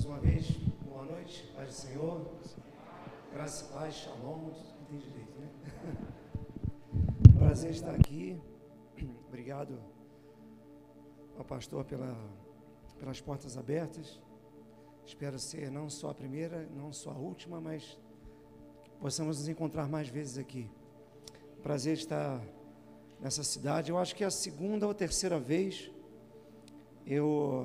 Mais uma vez, boa noite, paz do Senhor, graça e paz, shalom, tudo que tem direito, né? Prazer estar aqui, obrigado ao pastor pelas portas abertas, espero ser não só a primeira, não só a última, mas que possamos nos encontrar mais vezes aqui. Prazer estar nessa cidade, eu acho que é a segunda ou terceira vez. Eu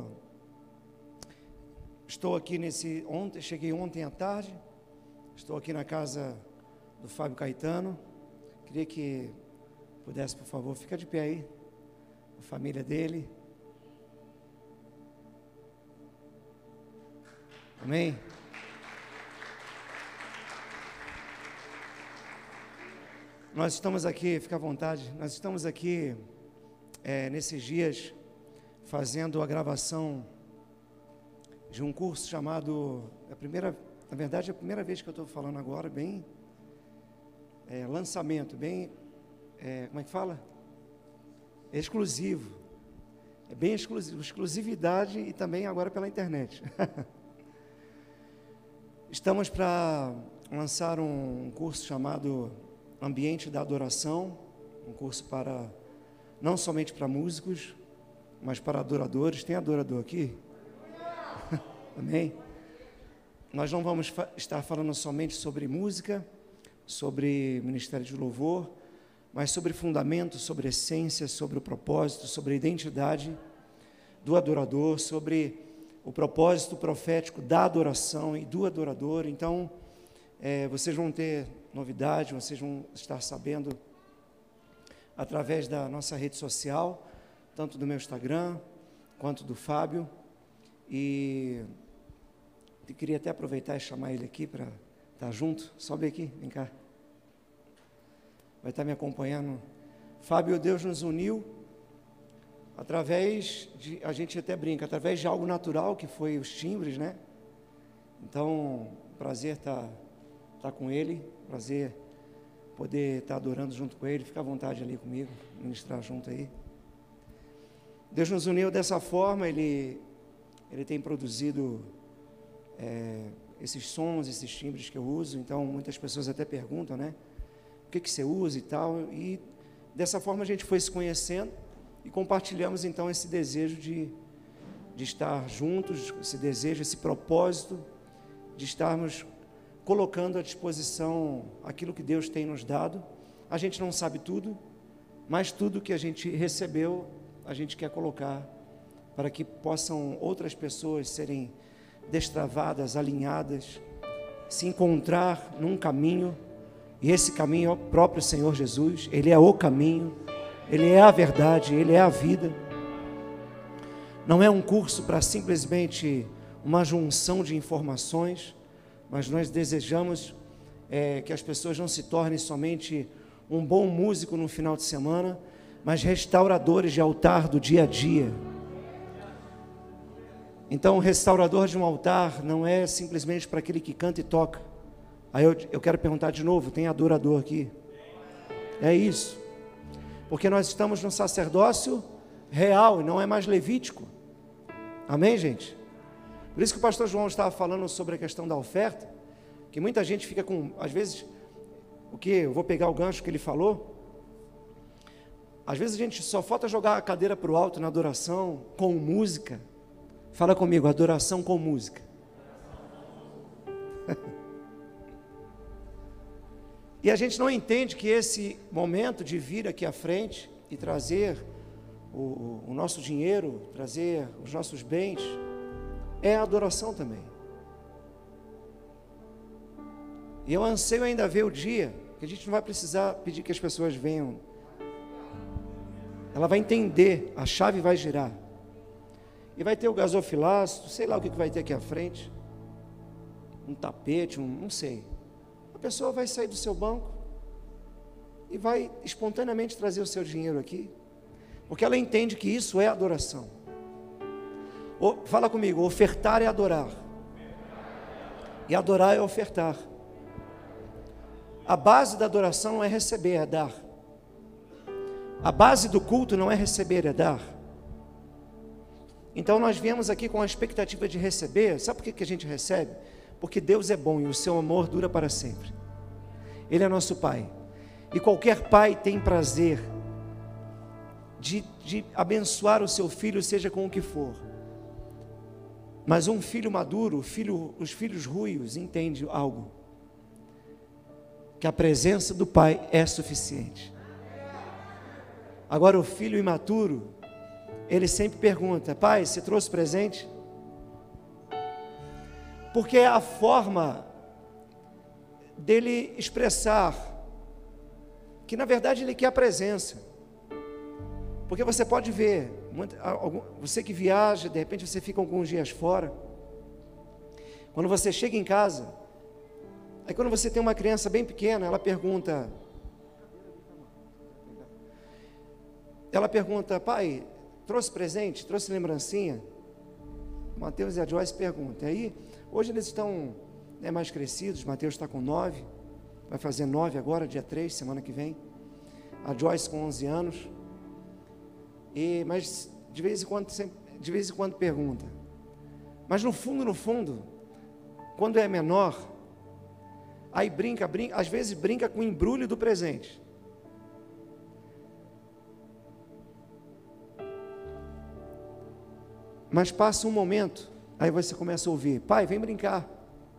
estou aqui cheguei ontem à tarde, estou aqui na casa do Fábio Caetano. Queria que pudesse, por favor, fica de pé aí, a família dele. Amém? Nós estamos aqui, fica à vontade, nós estamos aqui nesses dias fazendo a gravação de um curso chamado, na verdade é a primeira vez que eu estou falando agora, bem, lançamento, bem, como é que fala? Exclusivo, é bem exclusivo, exclusividade e também agora pela internet. Estamos para lançar um curso chamado Ambiente da Adoração, um curso não somente para músicos, mas para adoradores. Tem adorador aqui? Amém? Nós não vamos estar falando somente sobre música, sobre ministério de louvor, mas sobre fundamento, sobre essência, sobre o propósito, sobre a identidade do adorador, sobre o propósito profético da adoração e do adorador. Então, vocês vão ter novidade, vocês vão estar sabendo através da nossa rede social, tanto do meu Instagram, quanto do Fábio, e eu queria até aproveitar e chamar ele aqui para estar junto. Sobe aqui, vem cá. Vai estar me acompanhando. Fábio, Deus nos uniu através de, a gente até brinca, através de algo natural, que foi os timbres, né? Então, prazer estar com ele, prazer poder estar adorando junto com ele. Fica à vontade ali comigo, ministrar junto aí. Deus nos uniu dessa forma, Ele tem produzido esses sons, esses timbres que eu uso. Então, muitas pessoas até perguntam, né? O que você usa e tal. E dessa forma a gente foi se conhecendo e compartilhamos então esse desejo de estar juntos, esse desejo, esse propósito de estarmos colocando à disposição aquilo que Deus tem nos dado. A gente não sabe tudo, mas tudo que a gente recebeu, a gente quer colocar para que possam outras pessoas serem destravadas, alinhadas, se encontrar num caminho, e esse caminho é o próprio Senhor Jesus. Ele é o caminho, Ele é a verdade, Ele é a vida. Não é um curso para simplesmente uma junção de informações, mas nós desejamos que as pessoas não se tornem somente um bom músico no final de semana, mas restauradores de altar do dia a dia. Então, o restaurador de um altar não é simplesmente para aquele que canta e toca. Aí eu quero perguntar de novo, tem adorador aqui? É isso. Porque nós estamos num sacerdócio real e não é mais levítico. Amém, gente? Por isso que o pastor João estava falando sobre a questão da oferta, que muita gente fica com, às vezes, eu vou pegar o gancho que ele falou. Às vezes a gente só falta jogar a cadeira para o alto na adoração, com música. Fala comigo, adoração com música. E a gente não entende que esse momento de vir aqui à frente e trazer o nosso dinheiro, trazer os nossos bens, é a adoração também. E eu anseio ainda ver o dia que a gente não vai precisar pedir que as pessoas venham. Ela vai entender, a chave vai girar. E vai ter o gasofilácio, sei lá o que vai ter aqui à frente. Um tapete, não sei. A pessoa vai sair do seu banco e vai espontaneamente trazer o seu dinheiro aqui, porque ela entende que isso é adoração. Fala comigo, ofertar é adorar. E adorar é ofertar. A base da adoração não é receber, é dar. A base do culto não é receber, é dar. Então nós viemos aqui com a expectativa de receber. Sabe por que a gente recebe? Porque Deus é bom e o seu amor dura para sempre. Ele é nosso Pai. E qualquer pai tem prazer de abençoar o seu filho, seja com o que for. Mas um filho maduro, os filhos ruios, entendem algo. Que a presença do pai é suficiente. Agora o filho imaturo, ele sempre pergunta: pai, você trouxe presente? Porque é a forma dele expressar que na verdade ele quer a presença. Porque você pode ver, você que viaja, de repente você fica alguns dias fora, quando você chega em casa, aí quando você tem uma criança bem pequena, ela pergunta, pai, trouxe presente, trouxe lembrancinha? O Mateus e a Joyce perguntam. Aí, hoje eles estão mais crescidos, o Mateus está com 9, vai fazer 9 agora, dia 3, semana que vem, a Joyce com 11 anos, mas de vez em quando pergunta, mas no fundo, quando é menor, aí brinca, às vezes brinca com o embrulho do presente. Mas passa um momento, aí você começa a ouvir: pai, vem brincar.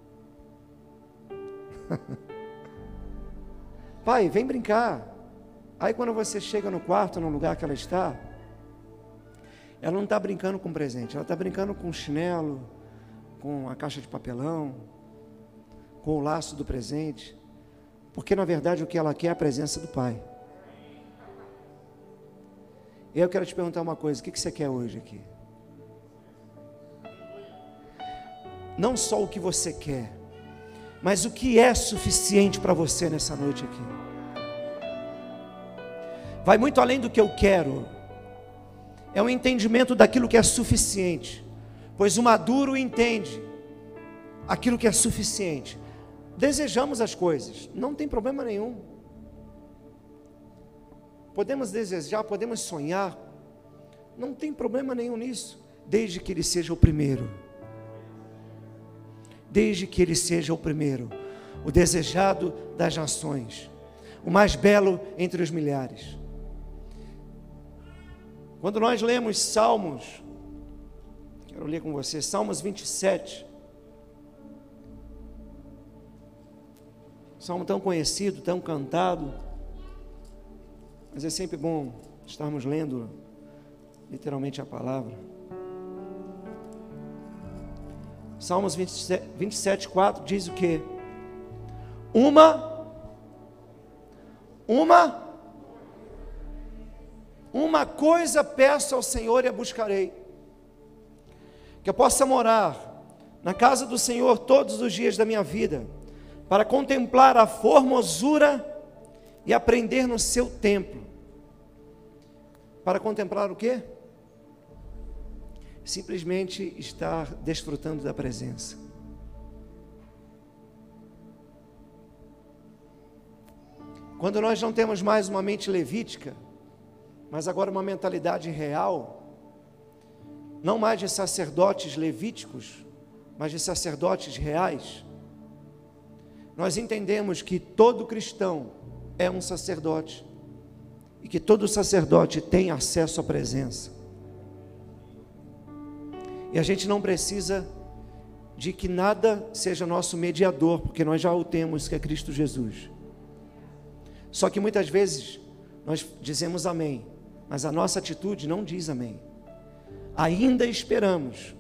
Pai, vem brincar. Aí quando você chega no quarto, no lugar que ela está, ela não está brincando com presente, ela está brincando com o chinelo, com a caixa de papelão, com o laço do presente, porque na verdade o que ela quer é a presença do pai. E eu quero te perguntar uma coisa: o que você quer hoje aqui? Não só o que você quer, mas o que é suficiente para você nessa noite aqui. Vai muito além do que eu quero. É um entendimento daquilo que é suficiente, pois o maduro entende aquilo que é suficiente. Desejamos as coisas, não tem problema nenhum. Podemos desejar, podemos sonhar, não tem problema nenhum nisso, desde que Ele seja o primeiro. Desde que Ele seja o primeiro, o desejado das nações, o mais belo entre os milhares. Quando nós lemos Salmos, quero ler com você, Salmos 27, salmo tão conhecido, tão cantado, mas é sempre bom estarmos lendo literalmente a palavra. Salmos 27, 4 diz o quê? Uma coisa peço ao Senhor e a buscarei, que eu possa morar na casa do Senhor todos os dias da minha vida, para contemplar a formosura e aprender no seu templo. Para contemplar o quê? Simplesmente estar desfrutando da presença. Quando nós não temos mais uma mente levítica, mas agora uma mentalidade real, não mais de sacerdotes levíticos, mas de sacerdotes reais, nós entendemos que todo cristão é um sacerdote, e que todo sacerdote tem acesso à presença. E a gente não precisa de que nada seja nosso mediador, porque nós já o temos, que é Cristo Jesus. Só que muitas vezes nós dizemos amém, mas a nossa atitude não diz amém. Ainda esperamos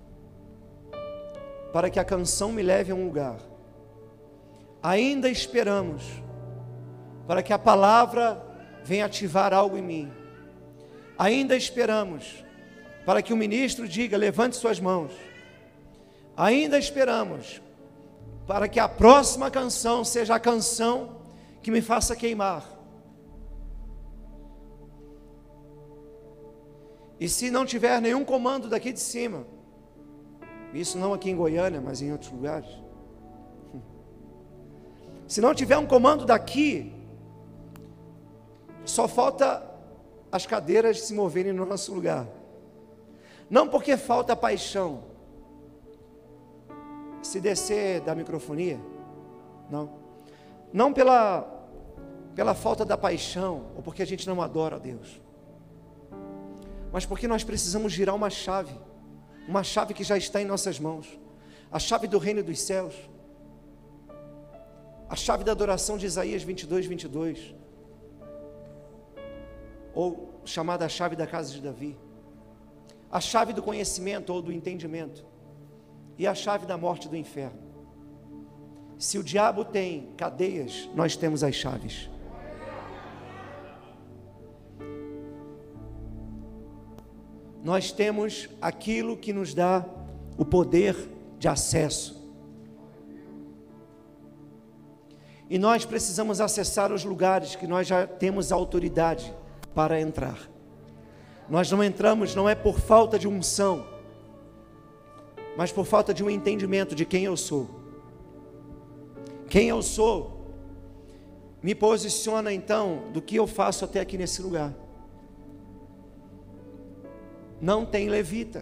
para que a canção me leve a um lugar. Ainda esperamos para que a palavra venha ativar algo em mim. Ainda esperamos para que o ministro diga: levante suas mãos. Ainda esperamos para que a próxima canção seja a canção que me faça queimar. E se não tiver nenhum comando daqui de cima, isso não aqui em Goiânia, mas em outros lugares, se não tiver um comando daqui, só falta as cadeiras se moverem no nosso lugar. Não porque falta paixão. Se descer da microfonia, não. Não pela falta da paixão, ou porque a gente não adora a Deus, mas porque nós precisamos girar uma chave que já está em nossas mãos, a chave do reino dos céus, a chave da adoração de Isaías 22, ou chamada a chave da casa de Davi, a chave do conhecimento ou do entendimento, e a chave da morte e do inferno. Se o diabo tem cadeias, nós temos as chaves. Nós temos aquilo que nos dá o poder de acesso. E nós precisamos acessar os lugares que nós já temos autoridade para entrar. Nós não entramos, não é por falta de unção, mas por falta de um entendimento de quem eu sou. Quem eu sou me posiciona então do que eu faço até aqui nesse lugar. Não tem levita.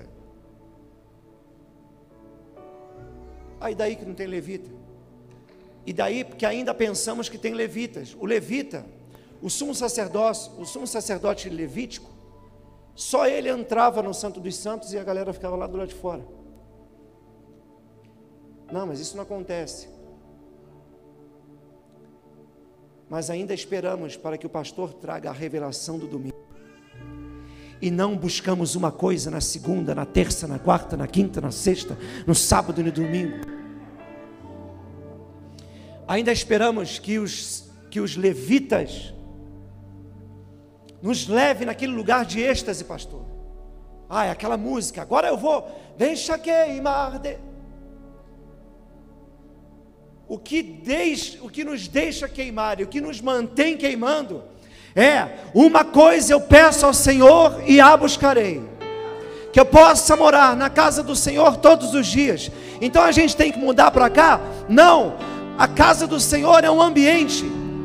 Aí daí que não tem levita? E daí porque ainda pensamos que tem levitas. O levita, o sumo sacerdote levítico, só ele entrava no Santo dos Santos e a galera ficava lá do lado de fora. Não, mas isso não acontece. Mas ainda esperamos para que o pastor traga a revelação do domingo. E não buscamos uma coisa na segunda, na terça, na quarta, na quinta, na sexta, no sábado e no domingo. Ainda esperamos que os levitas nos levem naquele lugar de êxtase, pastor. É aquela música, agora eu vou, deixa queimar. O que nos deixa queimar e o que nos mantém queimando uma coisa eu peço ao Senhor e a buscarei, que eu possa morar na casa do Senhor todos os dias. Então a gente tem que mudar para cá? Não, a casa do Senhor é um ambiente,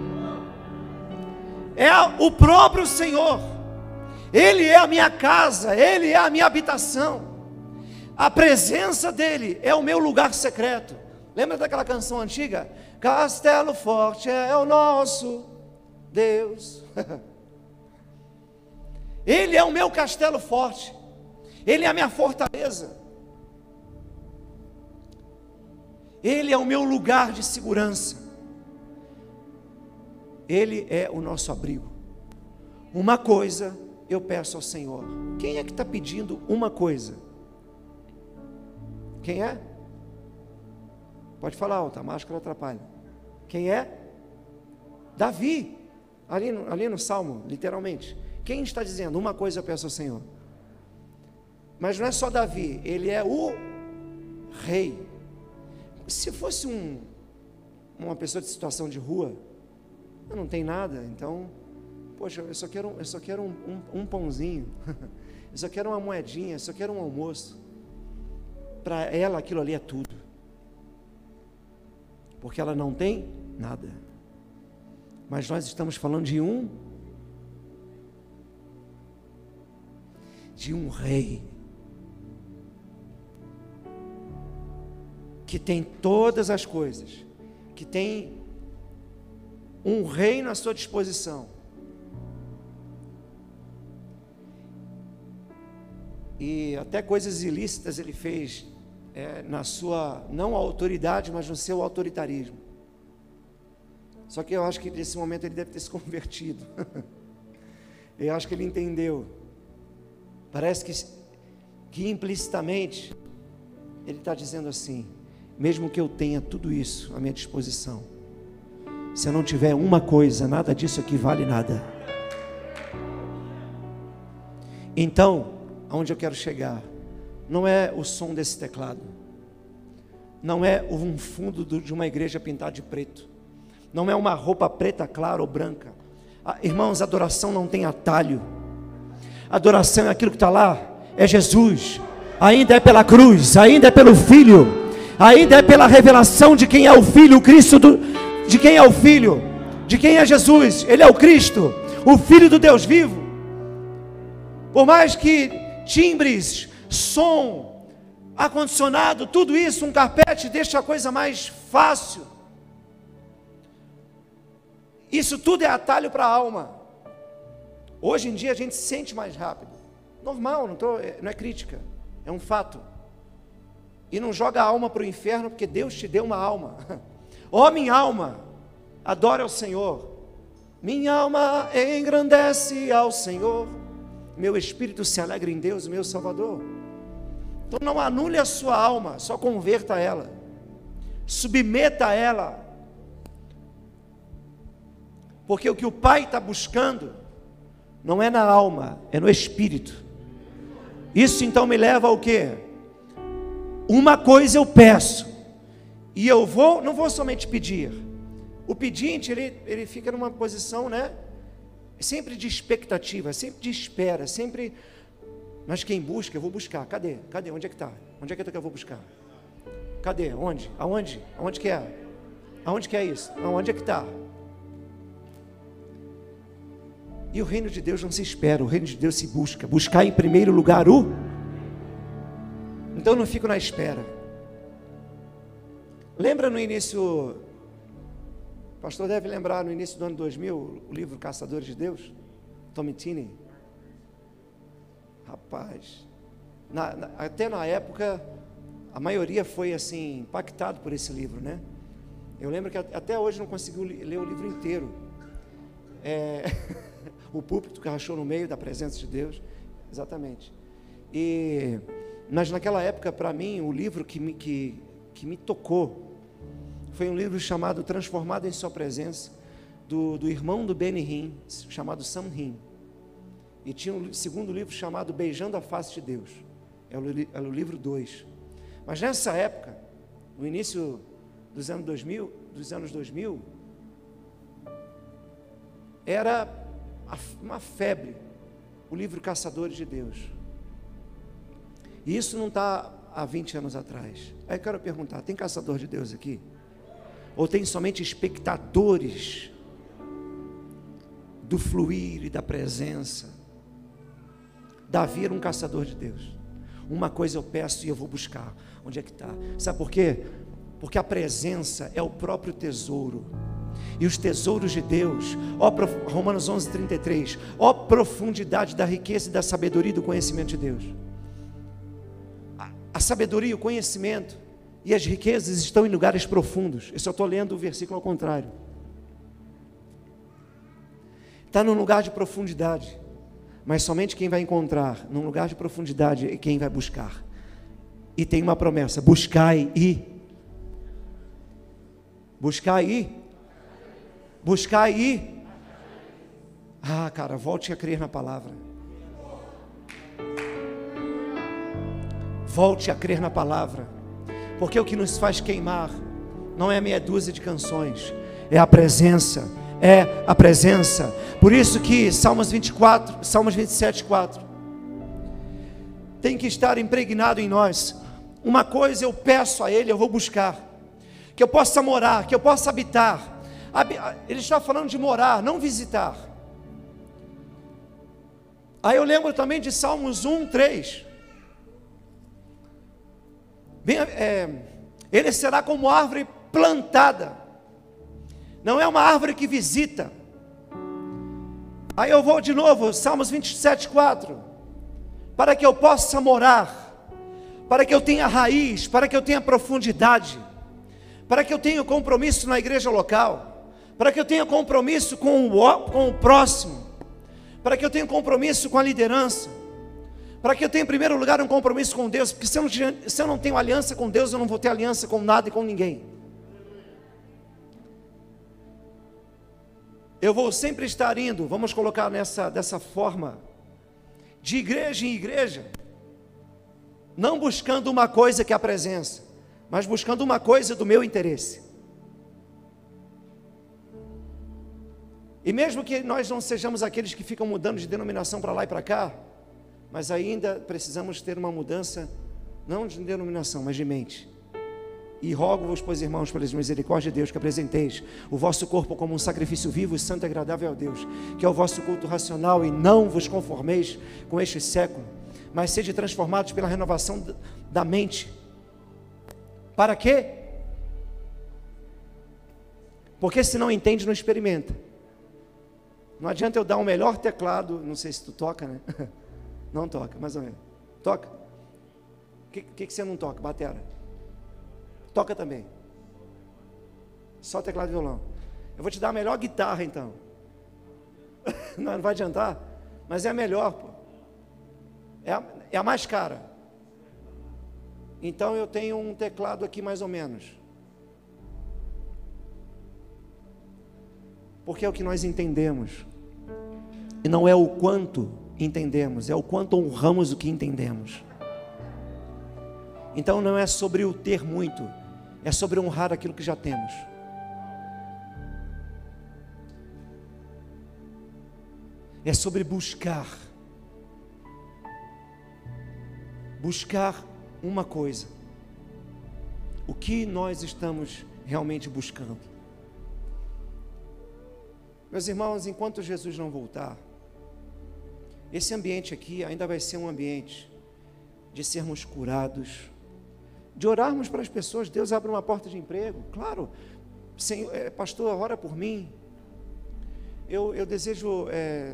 é o próprio Senhor, Ele é a minha casa, Ele é a minha habitação, a presença dEle é o meu lugar secreto. Lembra daquela canção antiga? Castelo forte é o nosso Deus. Ele é o meu castelo forte, Ele é a minha fortaleza, Ele é o meu lugar de segurança, Ele é o nosso abrigo. Uma coisa eu peço ao Senhor. Quem é que está pedindo uma coisa? Quem é? Pode falar alto, a máscara atrapalha. Quem é? Davi. Ali no Salmo, literalmente. Quem está dizendo, uma coisa eu peço ao Senhor? Mas não é só Davi, ele é o rei. Se fosse uma pessoa de situação de rua, não tem nada, então, poxa, eu só quero um pãozinho, eu só quero uma moedinha, eu só quero um almoço. Para ela aquilo ali é tudo, porque ela não tem nada. Mas nós estamos falando de um rei que tem todas as coisas, que tem um reino à sua disposição. E até coisas ilícitas ele fez na sua, não autoridade, mas no seu autoritarismo. Só que eu acho que nesse momento ele deve ter se convertido. Eu acho que ele entendeu. Parece que implicitamente ele está dizendo assim: mesmo que eu tenha tudo isso à minha disposição, se eu não tiver uma coisa, nada disso aqui vale nada. Então, aonde eu quero chegar, não é o som desse teclado, não é um fundo de uma igreja pintada de preto, não é uma roupa preta, clara ou branca. Irmãos, adoração não tem atalho. Adoração é aquilo que está lá, é Jesus, ainda é pela cruz, ainda é pelo Filho, ainda é pela revelação de quem é o Filho, o Cristo, de quem é o Filho, de quem é Jesus. Ele é o Cristo, o Filho do Deus vivo. Por mais que timbres som, ar-condicionado, tudo isso, um carpete, deixa a coisa mais fácil. Isso tudo é atalho para a alma. Hoje em dia a gente se sente mais rápido. Normal, não é crítica, é um fato. E não joga a alma para o inferno, porque Deus te deu uma alma. Ó minha alma, adore ao Senhor. Minha alma engrandece ao Senhor. Meu espírito se alegra em Deus, meu Salvador. Então não anule a sua alma, só converta ela. Submeta ela. Porque o que o Pai está buscando não é na alma, é no espírito. Isso então me leva ao quê? Uma coisa eu peço, e eu não vou somente pedir. O pedinte, ele fica numa posição, né? Sempre de expectativa, sempre de espera, sempre. Mas quem busca, eu vou buscar. Cadê? Onde é que está? Onde é que eu vou buscar? Cadê? Onde? Aonde? Aonde que é? Aonde que é isso? Aonde é que está? E o reino de Deus não se espera, o reino de Deus se busca. Buscar em primeiro lugar Então eu não fico na espera. Lembra no início, o pastor deve lembrar, no início do ano 2000, o livro Caçadores de Deus, Tommy Tenney. Rapaz, até na época, a maioria foi assim, impactado por esse livro, né? Eu lembro que até hoje não conseguiu ler o livro inteiro. O púlpito que rachou no meio da presença de Deus, exatamente. Mas naquela época, para mim, o livro que me tocou foi um livro chamado Transformado em Sua Presença, do irmão do Benny Hinn, chamado Sam Hinn. E tinha um segundo livro chamado Beijando a Face de Deus, era o livro 2. Mas nessa época, no início dos anos 2000, era uma febre, o livro Caçadores de Deus. E isso não está há 20 anos atrás. Aí eu quero perguntar, tem caçador de Deus aqui? Ou tem somente espectadores do fluir e da presença? Davi era um caçador de Deus. Uma coisa eu peço e eu vou buscar. Onde é que está? Sabe por quê? Porque a presença é o próprio tesouro. E os tesouros de Deus, Romanos 11:33, ó profundidade da riqueza e da sabedoria e do conhecimento de Deus. A sabedoria, o conhecimento e as riquezas estão em lugares profundos. Eu só estou lendo o versículo ao contrário. Está num lugar de profundidade, mas somente quem vai encontrar num lugar de profundidade é quem vai buscar. E tem uma promessa: buscai e cara, volte a crer na palavra. Volte a crer na palavra. Porque o que nos faz queimar não é a meia dúzia de canções, é a presença. Por isso que Salmos 27:4 tem que estar impregnado em nós. Uma coisa eu peço a Ele, eu vou buscar, que eu possa morar, que eu possa habitar. Ele está falando de morar, não visitar. Aí eu lembro também de Salmos 1:3. Ele será como árvore plantada, não é uma árvore que visita. Aí eu vou de novo, Salmos 27:4, para que eu possa morar, para que eu tenha raiz, para que eu tenha profundidade, para que eu tenha compromisso na igreja local, para que eu tenha compromisso com o próximo, para que eu tenha compromisso com a liderança, para que eu tenha em primeiro lugar um compromisso com Deus, porque se eu não tenho aliança com Deus, eu não vou ter aliança com nada e com ninguém. Eu vou sempre estar indo, vamos colocar dessa forma, de igreja em igreja, não buscando uma coisa que é a presença, mas buscando uma coisa do meu interesse. E mesmo que nós não sejamos aqueles que ficam mudando de denominação para lá e para cá, mas ainda precisamos ter uma mudança, não de denominação, mas de mente. E rogo-vos, pois, irmãos, pelas misericórdias de Deus, que apresenteis o vosso corpo como um sacrifício vivo, santo e agradável a Deus, que é o vosso culto racional, e não vos conformeis com este século, mas sede transformados pela renovação da mente. Para quê? Porque se não entende, não experimenta. Não adianta eu dar um melhor teclado, não sei se tu toca, né? Não toca, mais ou menos. Toca? O que você não toca? Batera. Toca também. Só teclado e violão. Eu vou te dar a melhor guitarra então. Não vai adiantar, mas é a melhor, pô. É a mais cara. Então eu tenho um teclado aqui mais ou menos. Porque é o que nós entendemos. E não é o quanto entendemos, é o quanto honramos o que entendemos. Então não é sobre o ter muito, é sobre honrar aquilo que já temos. É sobre buscar uma coisa. O que nós estamos realmente buscando? Meus irmãos, enquanto Jesus não voltar, esse ambiente aqui ainda vai ser um ambiente de sermos curados, de orarmos para as pessoas. Deus abre uma porta de emprego, claro. Senhor, pastor, ora por mim. Eu desejo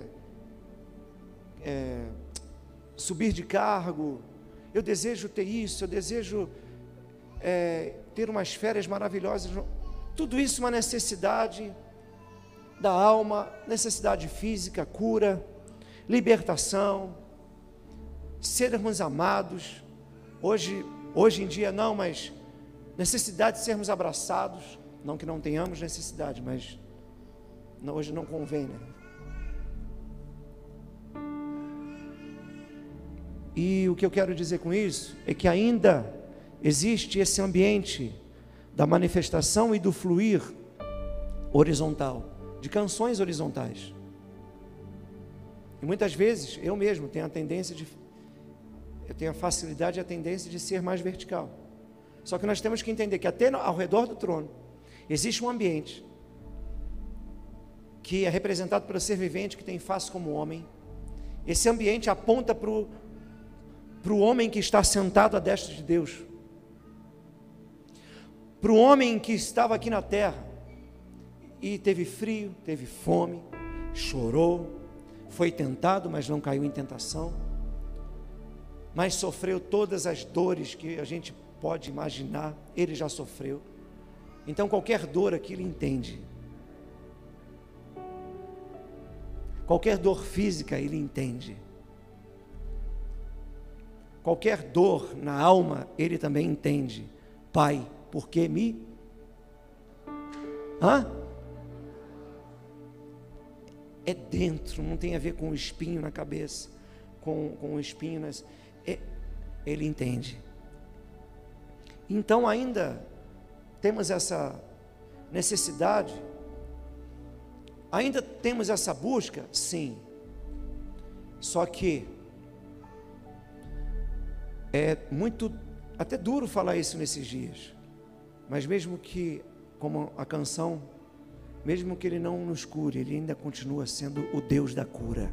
subir de cargo, eu desejo ter isso, eu desejo ter umas férias maravilhosas. Tudo isso é uma necessidade da alma, necessidade física, cura, libertação, sermos amados. Hoje em dia não, mas necessidade de sermos abraçados. Não que não tenhamos necessidade, mas hoje não convém, né? E o que eu quero dizer com isso é que ainda existe esse ambiente da manifestação e do fluir horizontal, de canções horizontais. E muitas vezes eu mesmo tenho eu tenho a facilidade e a tendência de ser mais vertical. Só que nós temos que entender que até ao redor do trono existe um ambiente que é representado pelo ser vivente que tem face como homem. Esse ambiente aponta para o homem que está sentado à destra de Deus, para o homem que estava aqui na terra e teve frio, teve fome, chorou, foi tentado, mas não caiu em tentação, mas sofreu todas as dores que a gente pode imaginar, ele já sofreu. Então qualquer dor aqui ele entende, qualquer dor física ele entende, qualquer dor na alma ele também entende. Pai, por que me? É dentro, não tem a ver com o espinho na cabeça, com o espinho nas... Ele entende. Então ainda temos essa necessidade, ainda temos essa busca, sim. Só que é muito, até duro falar isso nesses dias, mas mesmo que, como a canção, mesmo que Ele não nos cure, Ele ainda continua sendo o Deus da cura.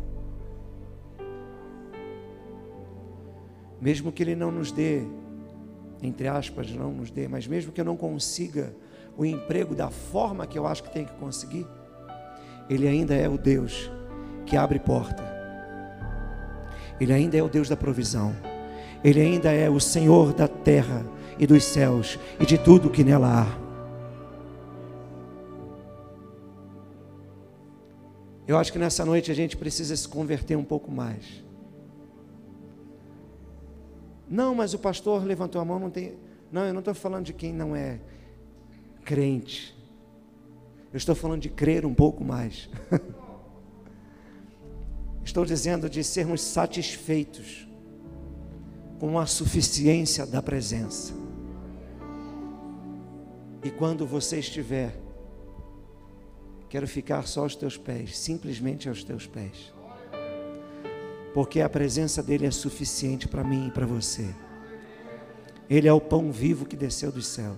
Mesmo que Ele não nos dê, entre aspas, não nos dê, mas mesmo que eu não consiga o emprego da forma que eu acho que tem que conseguir, Ele ainda é o Deus que abre porta. Ele ainda é o Deus da provisão. Ele ainda é o Senhor da terra e dos céus e de tudo que nela há. Eu acho que nessa noite a gente precisa se converter um pouco mais. Não, mas o pastor levantou a mão, não tem... Não, eu não estou falando de quem não é crente. Eu estou falando de crer um pouco mais. Estou dizendo de sermos satisfeitos com a suficiência da presença. E quando você estiver, quero ficar só aos teus pés, simplesmente aos teus pés, porque a presença dele é suficiente para mim e para você. Ele é o pão vivo que desceu do céu.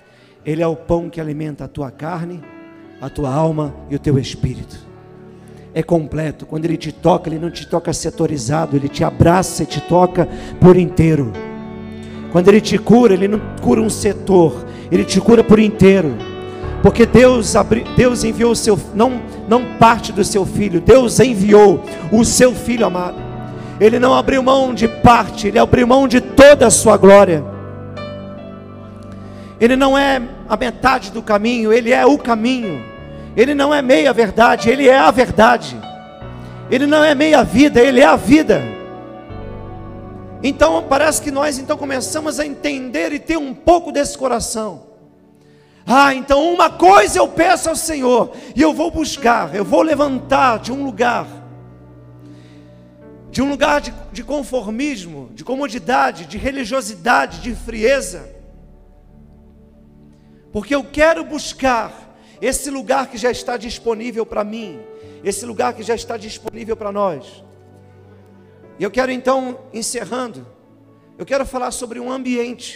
Ele é o pão que alimenta a tua carne, a tua alma e o teu espírito. é completo. Quando Ele te toca, Ele não te toca setorizado, Ele te abraça e te toca por inteiro. Quando Ele te cura, Ele não cura um setor, Ele te cura por inteiro. Porque Deus enviou o seu, não parte do seu Filho, Deus enviou o seu Filho amado. Ele não abriu mão de parte, Ele abriu mão de toda a sua glória. Ele não é a metade do caminho, Ele é o caminho. Ele não é meia verdade, Ele é a verdade. Ele não é meia vida, Ele é a vida. Então parece que nós começamos a entender e ter um pouco desse coração. Então uma coisa eu peço ao Senhor, e eu vou buscar, eu vou levantar de um lugar de conformismo, de comodidade, de religiosidade, de frieza, porque eu quero buscar esse lugar que já está disponível para mim, esse lugar que já está disponível para nós. E eu quero então, encerrando, eu quero falar sobre um ambiente,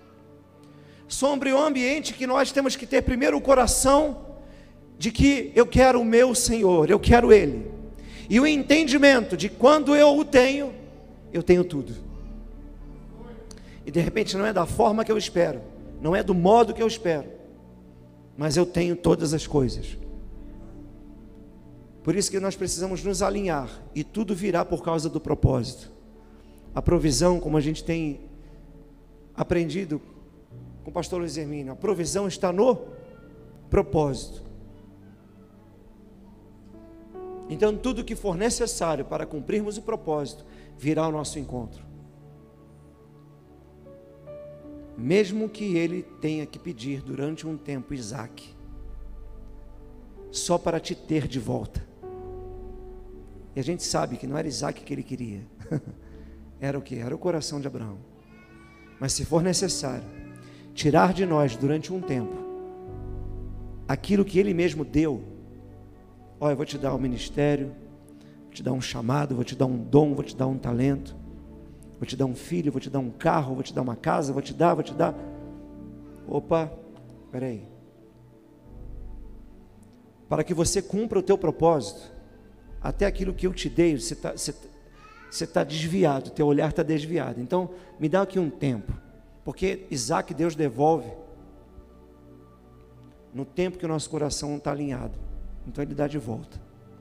que nós temos que ter primeiro o coração de que eu quero o meu Senhor, eu quero Ele, e o entendimento de quando eu tenho tudo, e de repente não é da forma que eu espero, não é do modo que eu espero, mas eu tenho todas as coisas. Por isso que nós precisamos nos alinhar, e tudo virá por causa do propósito. A provisão, como a gente tem aprendido com o pastor Luiz Hermínio, a provisão está no propósito. Então tudo que for necessário para cumprirmos o propósito, virá ao nosso encontro. Mesmo que ele tenha que pedir durante um tempo Isaac, só para te ter de volta. E a gente sabe que não era Isaac que ele queria. Era o que? Era o coração de Abraão. Mas se for necessário tirar de nós durante um tempo aquilo que Ele mesmo deu, eu vou te dar um ministério, vou te dar um chamado, vou te dar um dom, vou te dar um talento, vou te dar um filho, vou te dar um carro, vou te dar uma casa, vou te dar. Opa, espera aí. Para que você cumpra o teu propósito, até aquilo que eu te dei, você está desviado, teu olhar está desviado. Então me dá aqui um tempo, porque Isaac Deus devolve no tempo que o nosso coração não está alinhado. Então Ele dá de volta.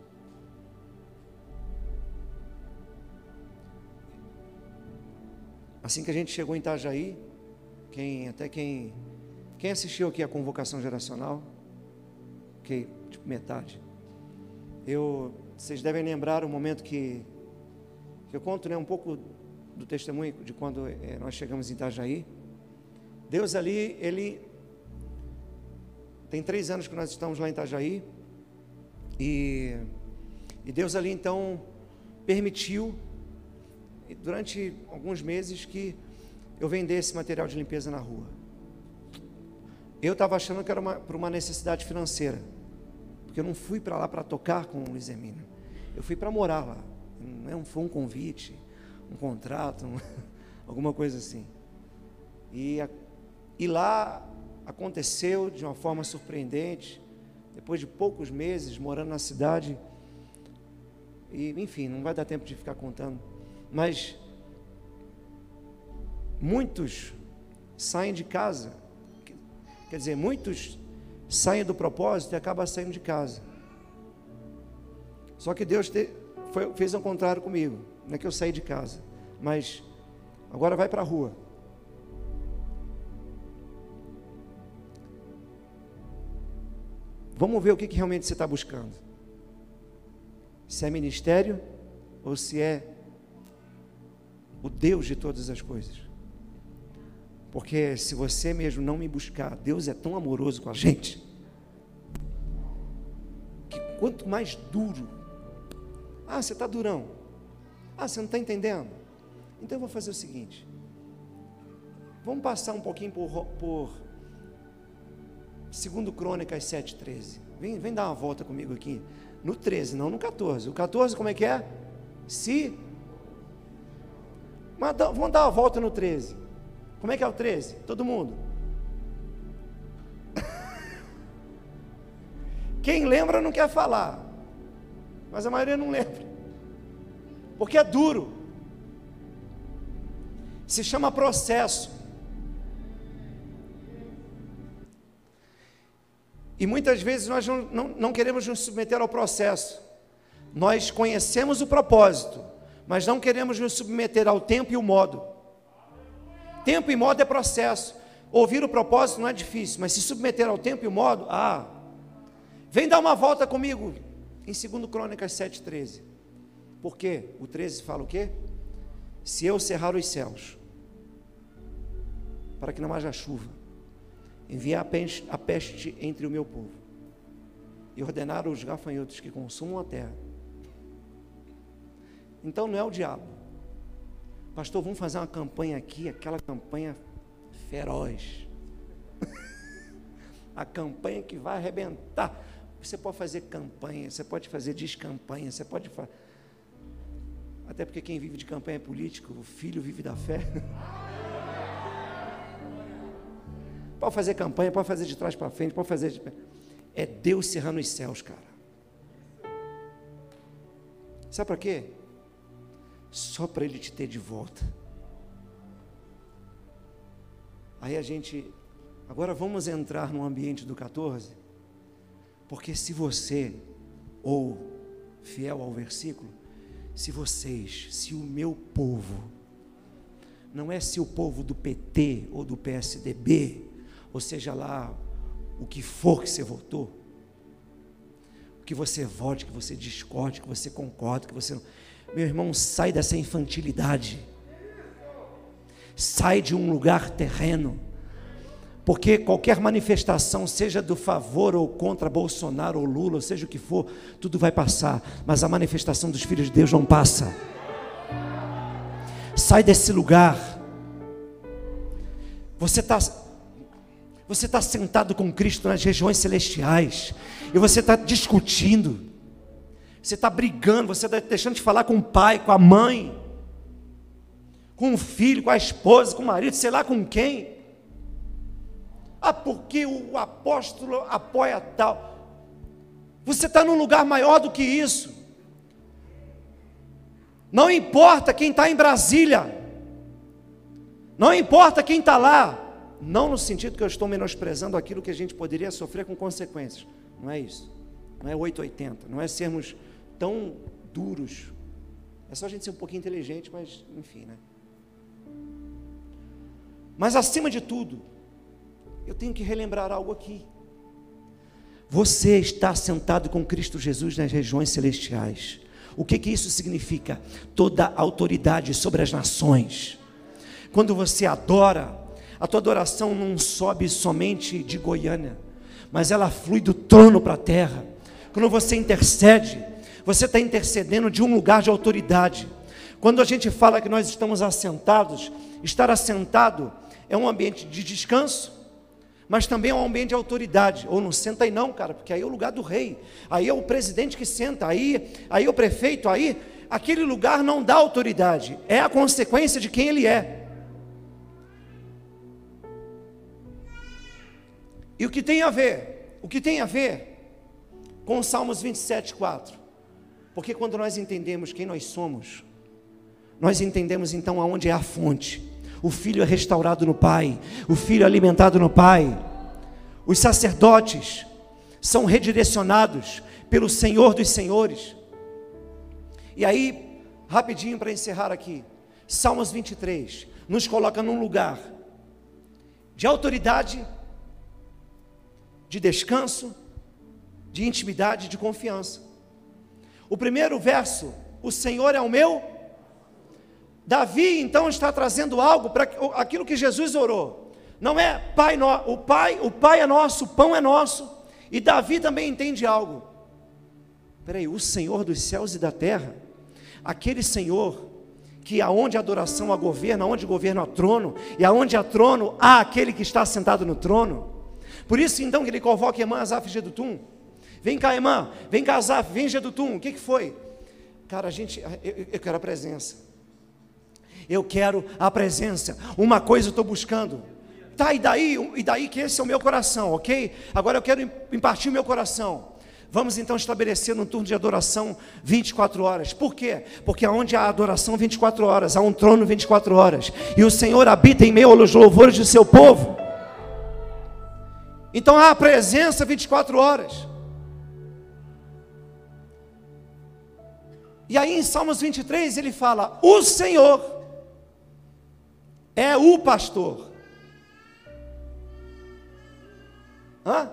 Assim que a gente chegou em Itajaí, quem assistiu aqui a convocação geracional, tipo metade, vocês devem lembrar o momento que eu conto, um pouco do testemunho de quando nós chegamos em Itajaí. Deus ali, Ele tem 3 anos que nós estamos lá em Itajaí, e Deus ali então permitiu, durante alguns meses, que eu vendesse material de limpeza na rua. Eu estava achando que era por uma necessidade financeira, porque eu não fui para lá para tocar com o Luiz Hermínio, eu fui para morar lá. Não foi um convite, um contrato, alguma coisa assim. E lá aconteceu de uma forma surpreendente, depois de poucos meses morando na cidade, e enfim, não vai dar tempo de ficar contando, mas muitos saem de casa, quer dizer, muitos saem do propósito e acabam saindo de casa. Só que Deus fez ao contrário comigo. Não é que eu saí de casa, mas agora vai para a rua. Vamos ver o que realmente você está buscando. Se é ministério ou se é o Deus de todas as coisas. Porque se você mesmo não me buscar, Deus é tão amoroso com a gente, que quanto mais duro, você está durão, você não está entendendo, então eu vou fazer o seguinte, vamos passar um pouquinho por 2 Crônicas 7:13, vem dar uma volta comigo aqui, no 13, não no 14, o 14 como é que é? Vamos dar uma volta no 13, como é que é o 13? Todo mundo? Quem lembra não quer falar, mas a maioria não lembra, porque é duro, se chama processo, e muitas vezes nós não queremos nos submeter ao processo. Nós conhecemos o propósito, mas não queremos nos submeter ao tempo e o modo. Tempo e modo é processo. Ouvir o propósito não é difícil, mas se submeter ao tempo e o modo, vem dar uma volta comigo em 2 Crônicas 7,13. Por quê? O 13 fala o quê? Se eu cerrar os céus, para que não haja chuva, enviar a peste entre o meu povo, e ordenar os gafanhotos que consumam a terra. Então não é o diabo. Pastor, vamos fazer uma campanha aqui, aquela campanha feroz. A campanha que vai arrebentar. Você pode fazer campanha, você pode fazer descampanha, você pode fazer. Até porque quem vive de campanha é político, o filho vive da fé. Pode fazer campanha, pode fazer de trás para frente, pode fazer de... É Deus cerrando os céus, cara. Sabe para quê? Só para Ele te ter de volta. Aí agora vamos entrar no ambiente do 14, porque se você, ou fiel ao versículo, se o meu povo, não é se o povo do PT ou do PSDB, ou seja lá o que for que você votou, que você vote, que você discorde, que você concorde, que você não... Meu irmão, sai dessa infantilidade, sai de um lugar terreno, porque qualquer manifestação, seja do favor ou contra Bolsonaro ou Lula, ou seja o que for, tudo vai passar, mas a manifestação dos filhos de Deus não passa. Sai desse lugar. Você está sentado com Cristo nas regiões celestiais, e você está discutindo, você está brigando, você está deixando de falar com o pai, com a mãe, com o filho, com a esposa, com o marido, sei lá com quem. Porque o apóstolo apoia tal. Você está num lugar maior do que isso. Não importa quem está em Brasília, não importa quem está lá, não no sentido que eu estou menosprezando aquilo que a gente poderia sofrer com consequências, não é isso, não é 880, não é sermos tão duros, é só a gente ser um pouquinho inteligente, mas enfim, né? Mas acima de tudo, eu tenho que relembrar algo aqui. Você está sentado com Cristo Jesus nas regiões celestiais. O que isso significa? Toda autoridade sobre as nações. Quando você adora, a tua adoração não sobe somente de Goiânia, mas ela flui do trono para a terra. Quando você intercede, você está intercedendo de um lugar de autoridade. Quando a gente fala que nós estamos assentados, estar assentado é um ambiente de descanso, mas também é um ambiente de autoridade. Ou não senta aí não, cara, porque aí é o lugar do rei, aí é o presidente que senta, aí é o prefeito, aí aquele lugar não dá autoridade, é a consequência de quem ele é. E o que tem a ver? O que tem a ver com Salmos 27:4? Porque quando nós entendemos quem nós somos, nós entendemos então aonde é a fonte. O filho é restaurado no Pai, o filho é alimentado no Pai. Os sacerdotes são redirecionados pelo Senhor dos Senhores. E aí, rapidinho para encerrar aqui, Salmos 23 nos coloca num lugar de autoridade, de descanso, de intimidade, de confiança. O primeiro verso, o Senhor é o meu. Davi então está trazendo algo para aquilo que Jesus orou. Não é Pai, o Pai é nosso, o pão é nosso. E Davi também entende algo. Peraí, o Senhor dos céus e da terra, aquele Senhor que aonde a adoração a governa, aonde governa há trono, e aonde há trono há aquele que está sentado no trono. Por isso então que ele convoca irmã Azaf e Gedutum. Vem cá, irmã, vem cá, Azaf, vem Gedutum. O que foi? Cara, eu quero a presença. Eu quero a presença. Uma coisa eu estou buscando. Tá, e daí que esse é o meu coração, ok? Agora eu quero impartir o meu coração. Vamos então estabelecer um turno de adoração 24 horas. Por quê? Porque onde há adoração 24 horas, há um trono 24 horas. E o Senhor habita em meio aos louvores do seu povo. Então há a presença 24 horas. E aí em Salmos 23 ele fala: o Senhor é o pastor. Hã?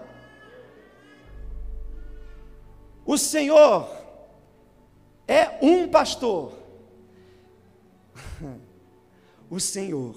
O Senhor é um pastor. O Senhor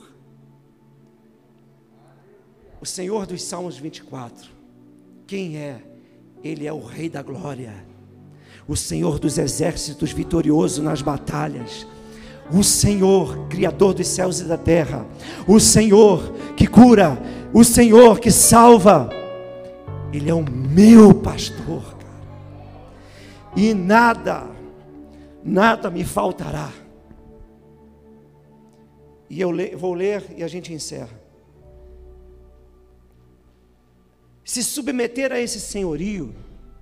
dos Salmos 24. Quem é? Ele é o Rei da Glória, o Senhor dos exércitos, vitorioso nas batalhas. O Senhor, Criador dos céus e da terra. O Senhor que cura, o Senhor que salva. Ele é o meu pastor, cara. E nada me faltará. E eu vou ler e a gente encerra. Se submeter a esse senhorio,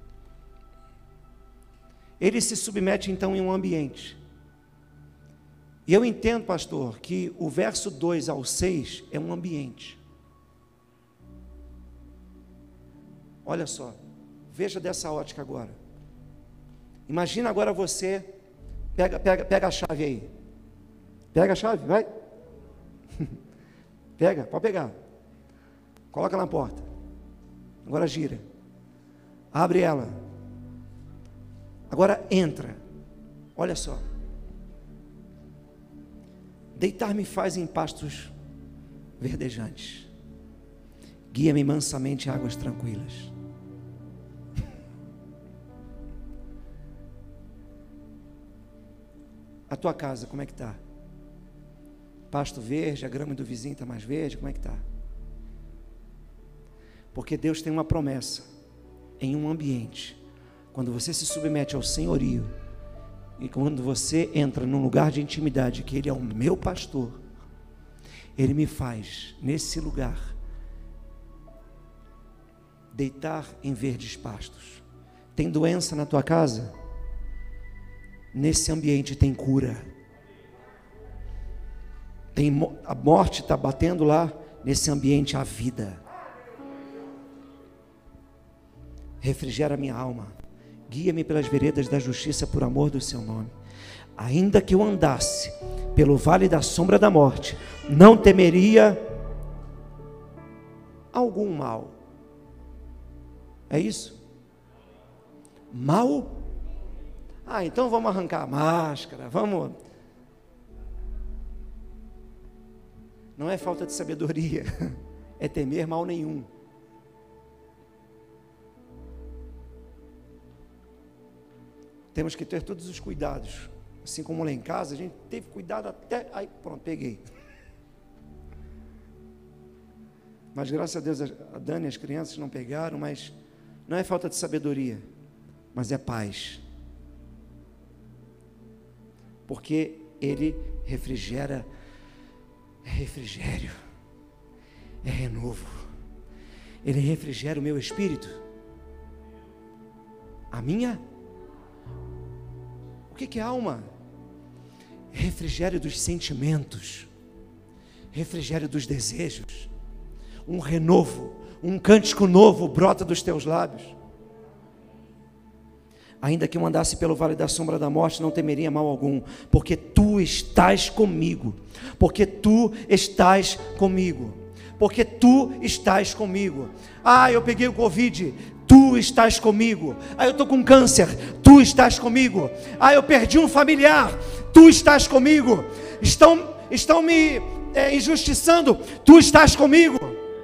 ele se submete então em um ambiente. E eu entendo, pastor, que o verso 2 ao 6 é um ambiente. Olha só, veja dessa ótica agora. Imagina agora você, pega a chave aí. Pega a chave, vai. Pega, pode pegar. Coloca na porta. Agora gira. Abre ela. Agora entra. Olha só. Deitar-me faz em pastos verdejantes. Guia-me mansamente em águas tranquilas. A tua casa, como é que está? Pasto verde, a grama do vizinho está mais verde, como é que está? Porque Deus tem uma promessa em um ambiente. Quando você se submete ao senhorio, e quando você entra num lugar de intimidade, que Ele é o meu pastor, Ele me faz, nesse lugar, deitar em verdes pastos. Tem doença na tua casa? Nesse ambiente tem cura. A morte está batendo lá, nesse ambiente há vida. Refrigera minha alma. Guia-me pelas veredas da justiça por amor do seu nome. Ainda que eu andasse pelo vale da sombra da morte, não temeria algum mal. É isso? Mal? Então vamos arrancar a máscara, vamos. Não é falta de sabedoria, é temer mal nenhum. Temos que ter todos os cuidados. Assim como lá em casa, a gente teve cuidado até... Aí, pronto, peguei. Mas graças a Deus, a Dani e as crianças não pegaram, mas não é falta de sabedoria, mas é paz. Porque Ele refrigera, é refrigério, é renovo. Ele refrigera o meu espírito. A minha... O que é alma? Refrigério dos sentimentos, refrigério dos desejos, um renovo, um cântico novo brota dos teus lábios. Ainda que eu andasse pelo vale da sombra da morte, não temeria mal algum, porque tu estás comigo, porque tu estás comigo, porque tu estás comigo. Eu peguei o Covid, tu estás comigo. Eu estou com câncer, tu estás comigo. Eu perdi um familiar, tu estás comigo. Estão me injustiçando, tu estás comigo.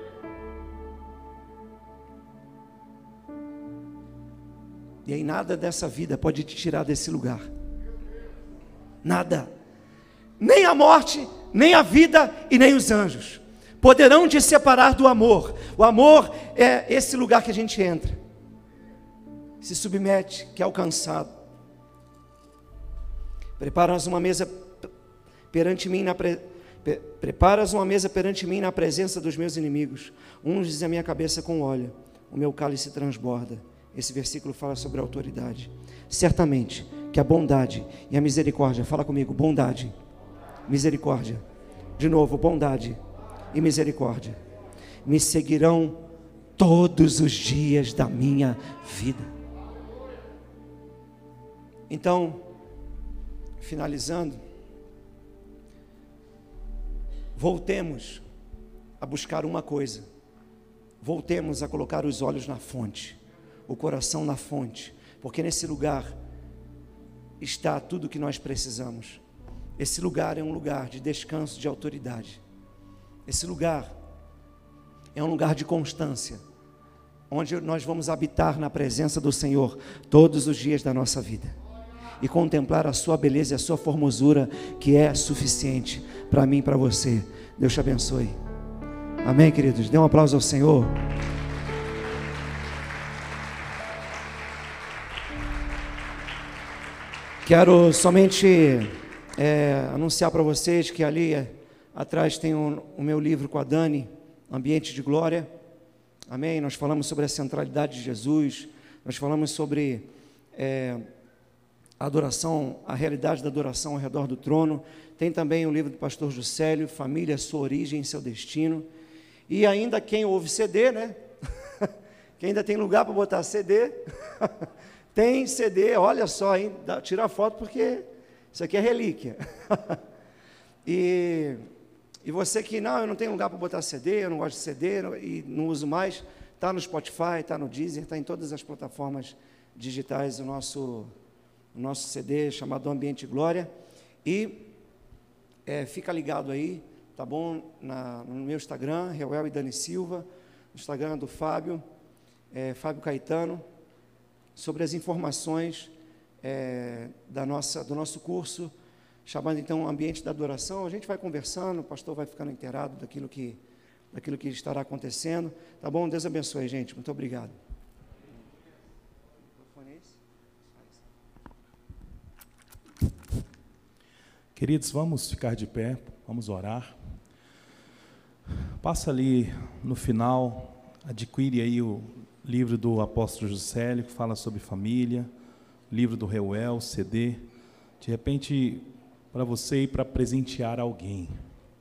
E aí nada dessa vida pode te tirar desse lugar. Nada. Nem a morte, nem a vida e nem os anjos poderão te separar do amor. O amor é esse lugar que a gente entra, se submete, que é alcançado. Preparas uma mesa perante mim na presença dos meus inimigos. Unges a minha cabeça com óleo, o meu cálice transborda. Esse versículo fala sobre a autoridade. Certamente que a bondade e a misericórdia, fala comigo, bondade, misericórdia, de novo, bondade e misericórdia, me seguirão todos os dias da minha vida. Então, finalizando, voltemos a buscar uma coisa, voltemos a colocar os olhos na fonte, o coração na fonte, porque nesse lugar está tudo o que nós precisamos. Esse lugar é um lugar de descanso, de autoridade. Esse lugar é um lugar de constância, onde nós vamos habitar na presença do Senhor todos os dias da nossa vida e contemplar a sua beleza e a sua formosura, que é suficiente para mim e para você. Deus te abençoe. Amém, queridos? Dê um aplauso ao Senhor. Quero somente anunciar para vocês que ali atrás tem o meu livro com a Dani, Ambiente de Glória. Amém? Nós falamos sobre a centralidade de Jesus, nós falamos sobre a adoração, a realidade da adoração ao redor do trono. Tem também o livro do pastor Juscelio, Família, Sua Origem e Seu Destino. E ainda quem ouve CD, né? Quem ainda tem lugar para botar CD, tem CD, olha só, hein? Tira a foto porque isso aqui é relíquia. E você que, não, eu não tenho lugar para botar CD, eu não gosto de CD e não uso mais, está no Spotify, está no Deezer, está em todas as plataformas digitais o nosso CD chamado Ambiente Glória. E fica ligado aí, tá bom? No meu Instagram, Reuel e Dani Silva, no Instagram do Fábio, Fábio Caetano, sobre as informações do nosso curso, chamado então Ambiente da Adoração. A gente vai conversando, o pastor vai ficando inteirado daquilo que estará acontecendo, tá bom? Deus abençoe, gente, muito obrigado. Queridos, vamos ficar de pé, vamos orar. Passa ali no final, adquire aí o livro do apóstolo Juscelio, que fala sobre família, livro do Reuel, CD, de repente, para você e para presentear alguém.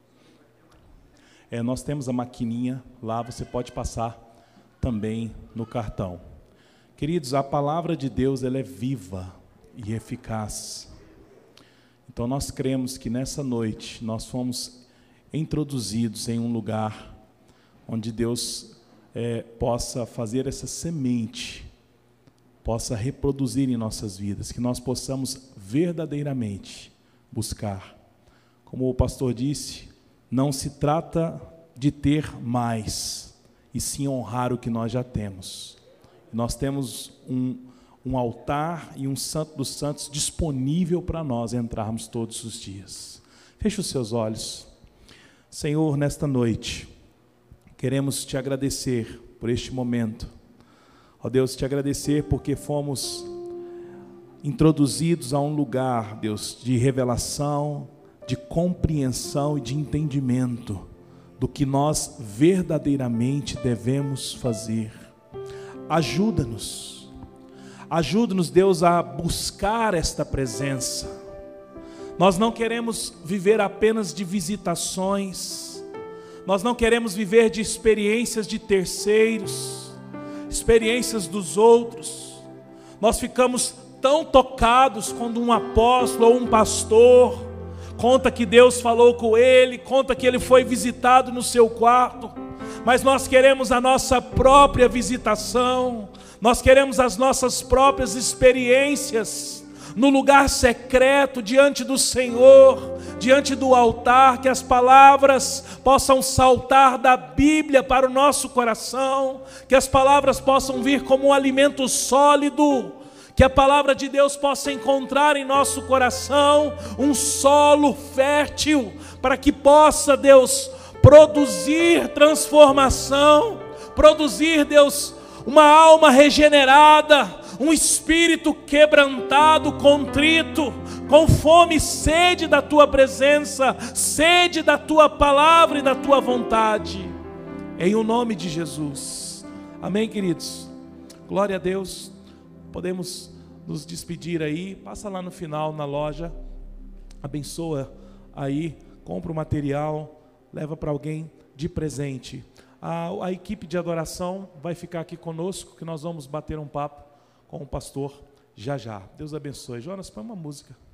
Nós temos a maquininha lá, você pode passar também no cartão. Queridos, a palavra de Deus, ela é viva e eficaz. Então nós cremos que nessa noite nós fomos introduzidos em um lugar onde Deus possa fazer essa semente, possa reproduzir em nossas vidas, que nós possamos verdadeiramente buscar. Como o pastor disse, não se trata de ter mais, e sim honrar o que nós já temos. Nós temos um altar e um santo dos santos disponível para nós entrarmos todos os dias. Feche os seus olhos. Senhor, nesta noite, queremos te agradecer por este momento. Ó Deus, te agradecer porque fomos introduzidos a um lugar, Deus, de revelação, de compreensão e de entendimento do que nós verdadeiramente devemos fazer. Ajuda-nos, Deus, a buscar esta presença. Nós não queremos viver apenas de visitações, nós não queremos viver de experiências de terceiros, experiências dos outros. Nós ficamos tão tocados quando um apóstolo ou um pastor conta que Deus falou com ele, conta que ele foi visitado no seu quarto, mas nós queremos a nossa própria visitação, nós queremos as nossas próprias experiências, no lugar secreto, diante do Senhor, diante do altar, que as palavras possam saltar da Bíblia para o nosso coração, que as palavras possam vir como um alimento sólido, que a palavra de Deus possa encontrar em nosso coração um solo fértil, para que possa, Deus, produzir transformação, produzir, Deus, uma alma regenerada, um espírito quebrantado, contrito, com fome e sede da Tua presença, sede da Tua palavra e da Tua vontade, em o nome de Jesus. Amém, queridos? Glória a Deus. Podemos nos despedir aí. Passa lá no final na loja, abençoa aí, compra o material, leva para alguém de presente. A equipe de adoração vai ficar aqui conosco, que nós vamos bater um papo com o pastor já já. Deus abençoe. Jonas, põe uma música.